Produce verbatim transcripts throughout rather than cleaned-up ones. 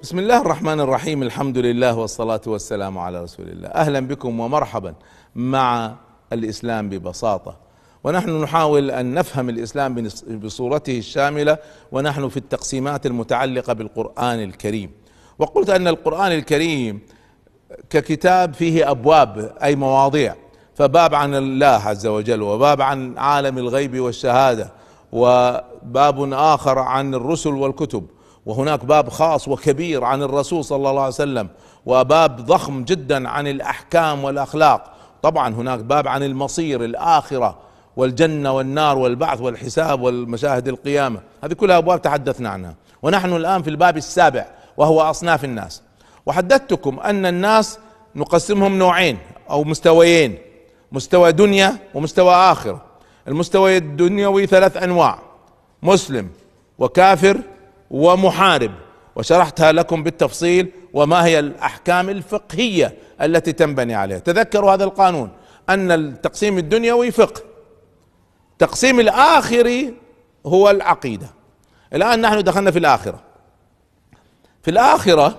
بسم الله الرحمن الرحيم. الحمد لله والصلاة والسلام على رسول الله. أهلا بكم ومرحبا مع الإسلام ببساطة، ونحن نحاول أن نفهم الإسلام بصورته الشاملة، ونحن في التقسيمات المتعلقة بالقرآن الكريم. وقلت أن القرآن الكريم ككتاب فيه أبواب أي مواضيع، فباب عن الله عز وجل، وباب عن عالم الغيب والشهادة، وباب آخر عن الرسل والكتب، وهناك باب خاص وكبير عن الرسول صلى الله عليه وسلم، وباب ضخم جدا عن الأحكام والأخلاق. طبعا هناك باب عن المصير الآخرة والجنة والنار والبعث والحساب والمشاهد القيامة، هذه كلها أبواب تحدثنا عنها. ونحن الآن في الباب السابع وهو أصناف الناس، وحدثتكم أن الناس نقسمهم نوعين أو مستويين: مستوى دنيا ومستوى آخرة. المستوى الدنيوي ثلاث أنواع: مسلم وكافر ومحارب، وشرحتها لكم بالتفصيل وما هي الأحكام الفقهية التي تنبني عليها. تذكروا هذا القانون، أن التقسيم الدنيوي فقه، تقسيم الآخري هو العقيدة. الآن نحن دخلنا في الآخرة. في الآخرة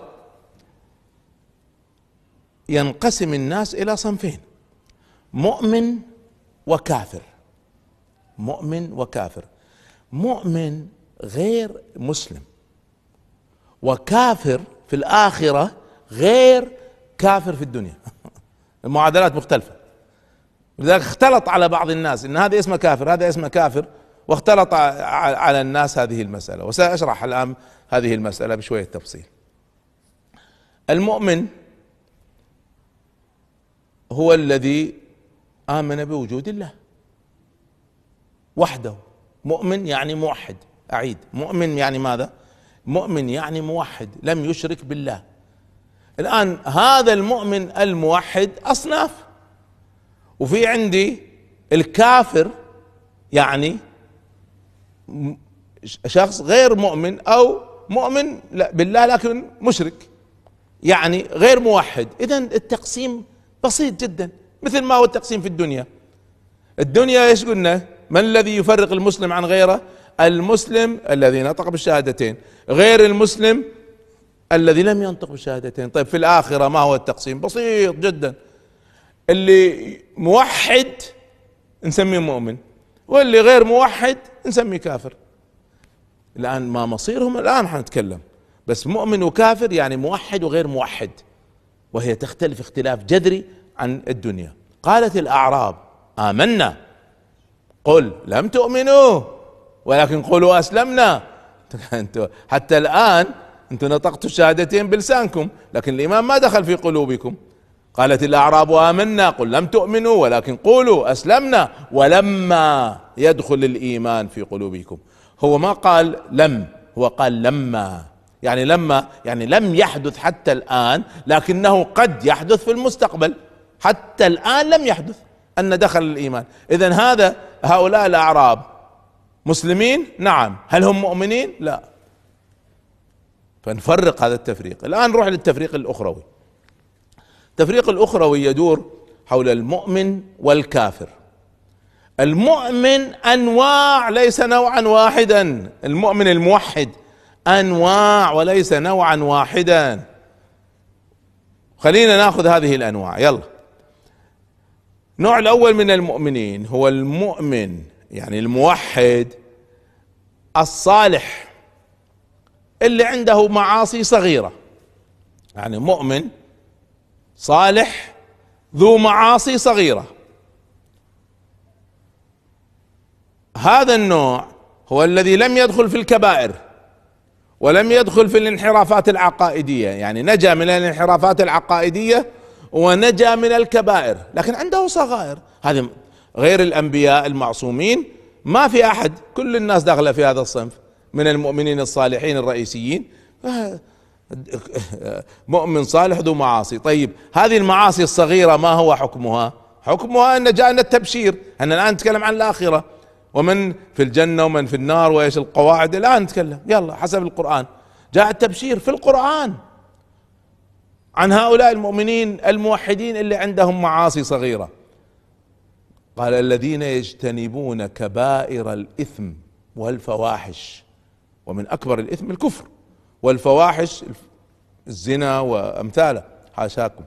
ينقسم الناس إلى صنفين: مؤمن وكافر. مؤمن وكافر. مؤمن غير مسلم، وكافر في الآخرة غير كافر في الدنيا. المعادلات مختلفة، لذلك اختلط على بعض الناس ان هذا اسمه كافر هذا اسمه كافر، واختلط على الناس هذه المسألة، وسأشرح الآن هذه المسألة بشوية تفصيل. المؤمن هو الذي آمن بوجود الله وحده. مؤمن يعني موحد. أعيد: مؤمن يعني ماذا؟ مؤمن يعني موحد، لم يشرك بالله. الآن هذا المؤمن الموحد أصناف، وفي عندي الكافر، يعني شخص غير مؤمن أو مؤمن بالله لكن مشرك، يعني غير موحد. إذن التقسيم بسيط جدا، مثل ما هو التقسيم في الدنيا. الدنيا ايش قلنا؟ من الذي يفرق المسلم عن غيره؟ المسلم الذي نطق بالشهادتين، غير المسلم الذي لم ينطق بالشهادتين. طيب في الآخرة ما هو التقسيم؟ بسيط جدا: اللي موحد نسميه مؤمن، واللي غير موحد نسميه كافر. الآن ما مصيرهم الآن حنتكلم، بس مؤمن وكافر يعني موحد وغير موحد، وهي تختلف اختلاف جذري عن الدنيا. قالت الأعراب آمنا قل لم تؤمنوا ولكن قولوا أسلمنا. انتوا حتى الآن انتوا نطقتوا الشهادتين بلسانكم، لكن الإيمان ما دخل في قلوبكم. قالت الأعراب آمنا قل لم تؤمنوا ولكن قولوا أسلمنا ولما يدخل الإيمان في قلوبكم. هو ما قال لم، هو قال لما، يعني لما يعني لم يحدث حتى الآن، لكنه قد يحدث في المستقبل. حتى الآن لم يحدث أن دخل الإيمان. إذن هذا هؤلاء الأعراب مسلمين؟ نعم. هل هم مؤمنين؟ لا. فنفرق هذا التفريق. الآن نروح للتفريق الأخروي. التفريق الأخروي يدور حول المؤمن والكافر. المؤمن أنواع ليس نوعا واحدا. المؤمن الموحد أنواع وليس نوعا واحدا. خلينا ناخذ هذه الأنواع. يلا. النوع الأول من المؤمنين هو المؤمن يعني الموحد الصالح، اللي عنده معاصي صغيرة، يعني مؤمن صالح ذو معاصي صغيرة. هذا النوع هو الذي لم يدخل في الكبائر ولم يدخل في الانحرافات العقائدية، يعني نجا من الانحرافات العقائدية ونجا من الكبائر، لكن عنده صغائر. هذا غير الأنبياء المعصومين، ما في أحد، كل الناس داخلة في هذا الصنف من المؤمنين الصالحين الرئيسيين. مؤمن صالح ذو معاصي. طيب هذه المعاصي الصغيرة ما هو حكمها؟ حكمها أن جاءنا التبشير. أن الآن نتكلم عن الآخرة، ومن في الجنة ومن في النار وإيش القواعد. الآن نتكلم يلا حسب القرآن. جاء التبشير في القرآن عن هؤلاء المؤمنين الموحدين اللي عندهم معاصي صغيرة. قال الذين يجتنبون كبائر الإثم والفواحش، ومن أكبر الإثم الكفر، والفواحش الزنا وامثاله حاشاكم،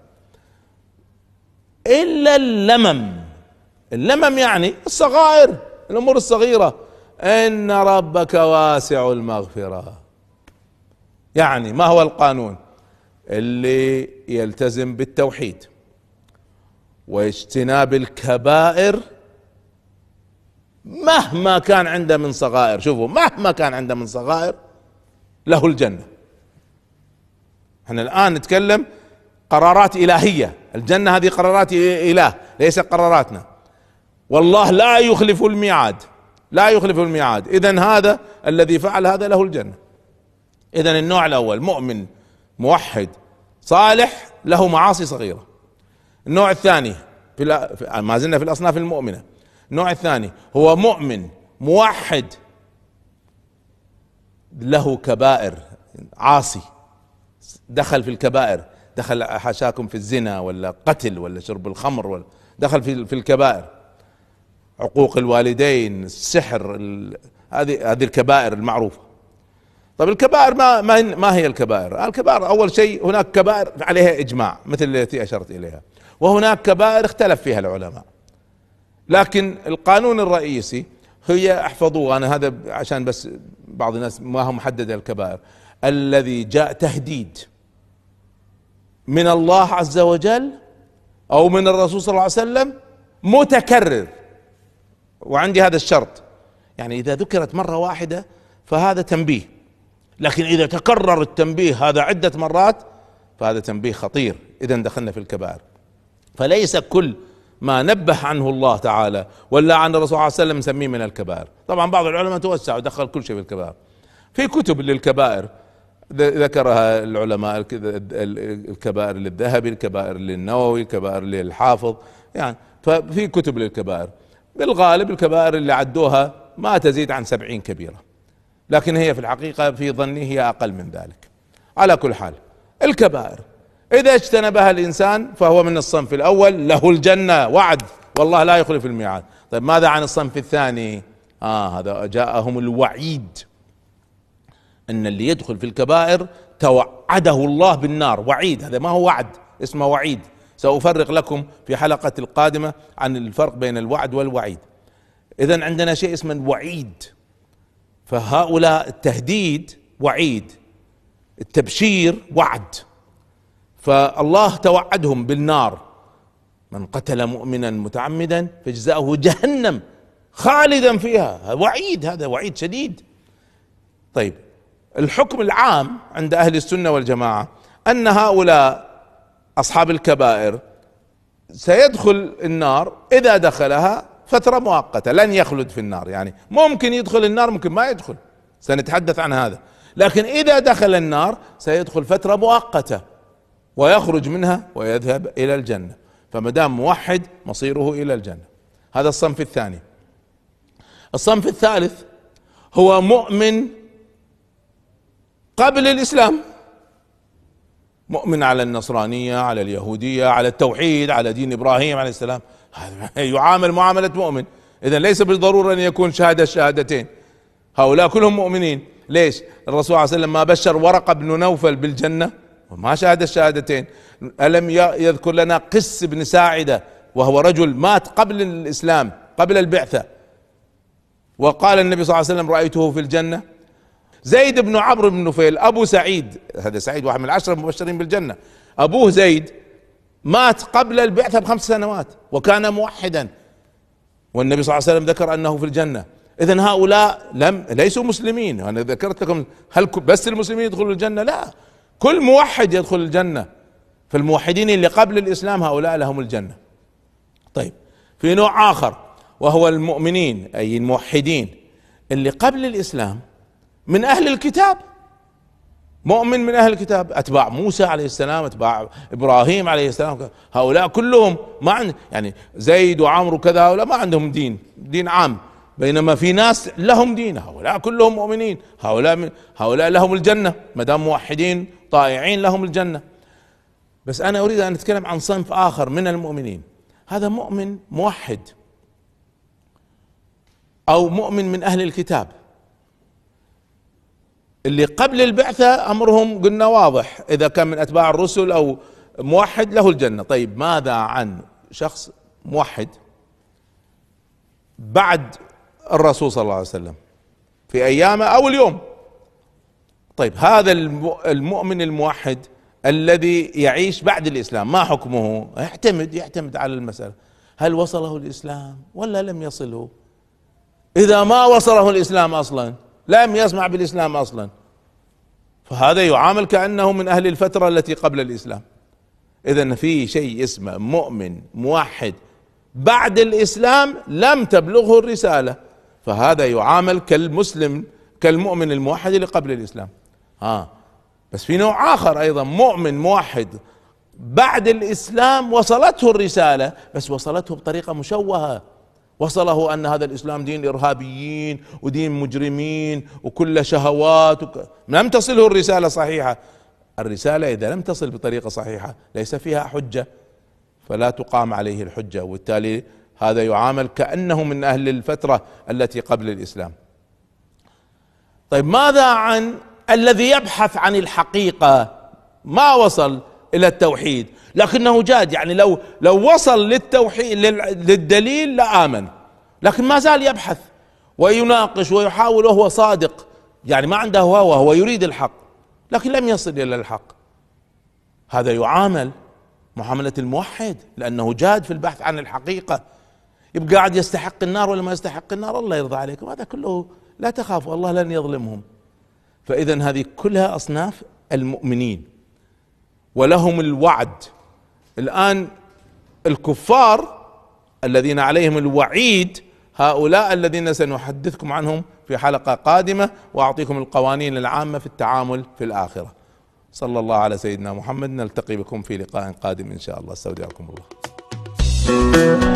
الا اللمم. اللمم يعني الصغائر، الامور الصغيرة. ان ربك واسع المغفرة. يعني ما هو القانون؟ اللي يلتزم بالتوحيد واجتناب الكبائر مهما كان عنده من صغائر، شوفوا مهما كان عنده من صغائر له الجنة. احنا الآن نتكلم قرارات إلهية، الجنة هذه قرارات إله ليس قراراتنا، والله لا يخلف الميعاد، لا يخلف الميعاد. إذن هذا الذي فعل هذا له الجنة. إذن النوع الأول مؤمن موحد صالح له معاصي صغيرة. النوع الثاني في ما زلنا في الأصناف المؤمنة. النوع الثاني هو مؤمن موحد له كبائر، عاصي دخل في الكبائر، دخل حاشاكم في الزنا ولا قتل ولا شرب الخمر ولا دخل في في الكبائر، عقوق الوالدين، السحر، هذه هذه الكبائر المعروفة. طيب الكبائر ما ما ما هي الكبائر؟ الكبائر اول شيء هناك كبائر عليها اجماع مثل التي اشرت اليها، وهناك كبائر اختلف فيها العلماء. لكن القانون الرئيسي هي، احفظوه انا هذا عشان بس بعض الناس ما هم محدد الكبائر، الذي جاء تهديد من الله عز وجل او من الرسول صلى الله عليه وسلم متكرر. وعندي هذا الشرط، يعني اذا ذكرت مرة واحدة فهذا تنبيه، لكن اذا تكرر التنبيه هذا عدة مرات فهذا تنبيه خطير، اذا دخلنا في الكبائر. فليس كل ما نبه عنه الله تعالى ولا عن الرسول صلى الله عليه وسلم نسميه من الكبائر. طبعا بعض العلماء توسع ودخل كل شيء في الكبائر. في كتب للكبائر ذكرها العلماء، الكبائر للذهبي، الكبائر للنووي، الكبائر للحافظ، يعني ففي كتب للكبائر. بالغالب الكبائر اللي عدوها ما تزيد عن سبعين كبيرة، لكن هي في الحقيقة في ظني هي أقل من ذلك. على كل حال الكبائر إذا اجتنبها الإنسان فهو من الصنف الأول له الجنة وعد، والله لا يخلف الميعاد. طيب ماذا عن الصنف الثاني؟ آه هذا جاءهم الوعيد، أن اللي يدخل في الكبائر توعده الله بالنار. وعيد، هذا ما هو وعد، اسمه وعيد. سأفرق لكم في حلقة القادمة عن الفرق بين الوعد والوعيد. إذن عندنا شيء اسمه الوعيد، فهؤلاء التهديد وعيد، التبشير وعد. فالله توعدهم بالنار، من قتل مؤمنا متعمدا فجزاؤه جهنم خالدا فيها، وعيد، هذا وعيد شديد. طيب الحكم العام عند أهل السنة والجماعة أن هؤلاء أصحاب الكبائر سيدخل النار إذا دخلها فترة مؤقتة، لن يخلد في النار. يعني ممكن يدخل النار ممكن ما يدخل، سنتحدث عن هذا. لكن إذا دخل النار سيدخل فترة مؤقتة ويخرج منها ويذهب إلى الجنة. فما دام موحد مصيره إلى الجنة. هذا الصنف الثاني. الصنف الثالث هو مؤمن قبل الإسلام، مؤمن على النصرانية، على اليهودية، على التوحيد، على دين إبراهيم عليه السلام، يعامل معاملة مؤمن. إذا ليس بالضرورة أن يكون شهادة الشهادتين، هؤلاء كلهم مؤمنين. ليش الرسول صلى الله عليه وسلم ما بشر ورقة بن نوفل بالجنة وما شهد الشهادتين؟ ألم يذكر لنا قس بن ساعدة وهو رجل مات قبل الإسلام قبل البعثة، وقال النبي صلى الله عليه وسلم رأيته في الجنة. زيد بن عمرو بن نفيل أبو سعيد، هذا سعيد واحد من العشرة المبشرين بالجنة، أبوه زيد مات قبل البعثة بخمس سنوات وكان موحدا، والنبي صلى الله عليه وسلم ذكر أنه في الجنة. إذن هؤلاء لم ليسوا مسلمين. أنا ذكرت لكم هل بس المسلمين يدخلوا الجنة؟ لا، كل موحد يدخل الجنة. فالموحدين اللي قبل الإسلام هؤلاء لهم الجنة. طيب في نوع آخر وهو المؤمنين أي الموحدين اللي قبل الإسلام من أهل الكتاب، مؤمن من أهل الكتاب، أتباع موسى عليه السلام، أتباع إبراهيم عليه السلام، هؤلاء كلهم ما عند يعني زيد وعمرو وكذا، هؤلاء ما عندهم دين، دين عام، بينما في ناس لهم دين، هؤلاء كلهم مؤمنين، هؤلاء من هؤلاء لهم الجنة ما دام موحدين طائعين لهم الجنة. بس أنا أريد أن أتكلم عن صنف آخر من المؤمنين، هذا مؤمن موحد أو مؤمن من أهل الكتاب اللي قبل البعثة أمرهم قلنا واضح، إذا كان من أتباع الرسل أو موحد له الجنة. طيب ماذا عن شخص موحد بعد الرسول صلى الله عليه وسلم في أيامه أو اليوم؟ طيب هذا المؤمن الموحد الذي يعيش بعد الإسلام ما حكمه؟ يعتمد يعتمد على المسألة، هل وصله الإسلام ولا لم يصله؟ إذا ما وصله الإسلام أصلا، لم يسمع بالإسلام أصلا، فهذا يعامل كأنه من أهل الفترة التي قبل الإسلام. إذن في شيء اسمه مؤمن موحد بعد الإسلام لم تبلغه الرسالة، فهذا يعامل كالمسلم كالمؤمن الموحد اللي قبل الإسلام. ها بس في نوع آخر أيضا، مؤمن موحد بعد الإسلام وصلته الرسالة، بس وصلته بطريقة مشوهة، وصله أن هذا الإسلام دين إرهابيين ودين مجرمين وكل شهوات وك... لم تصله الرسالة صحيحة. الرسالة إذا لم تصل بطريقة صحيحة ليس فيها حجة، فلا تقام عليه الحجة، وبالتالي هذا يعامل كأنه من أهل الفترة التي قبل الإسلام. طيب ماذا عن الذي يبحث عن الحقيقة، ما وصل إلى التوحيد لكنه جاد، يعني لو لو وصل للتوحيد للدليل لآمن، لكن ما زال يبحث ويناقش ويحاول وهو صادق، يعني ما عنده هوى، هو يريد الحق لكن لم يصل إلى الحق، هذا يعامل معاملة الموحد لأنه جاد في البحث عن الحقيقة. يبقى قاعد يستحق النار ولا ما يستحق النار، الله يرضى عليكم، هذا كله لا تخافوا الله لن يظلمهم. فإذا هذه كلها أصناف المؤمنين ولهم الوعد. الآن الكفار الذين عليهم الوعيد هؤلاء الذين سنحدثكم عنهم في حلقة قادمة، وأعطيكم القوانين العامة في التعامل في الآخرة. صلى الله على سيدنا محمد، نلتقي بكم في لقاء قادم إن شاء الله، استودعكم الله.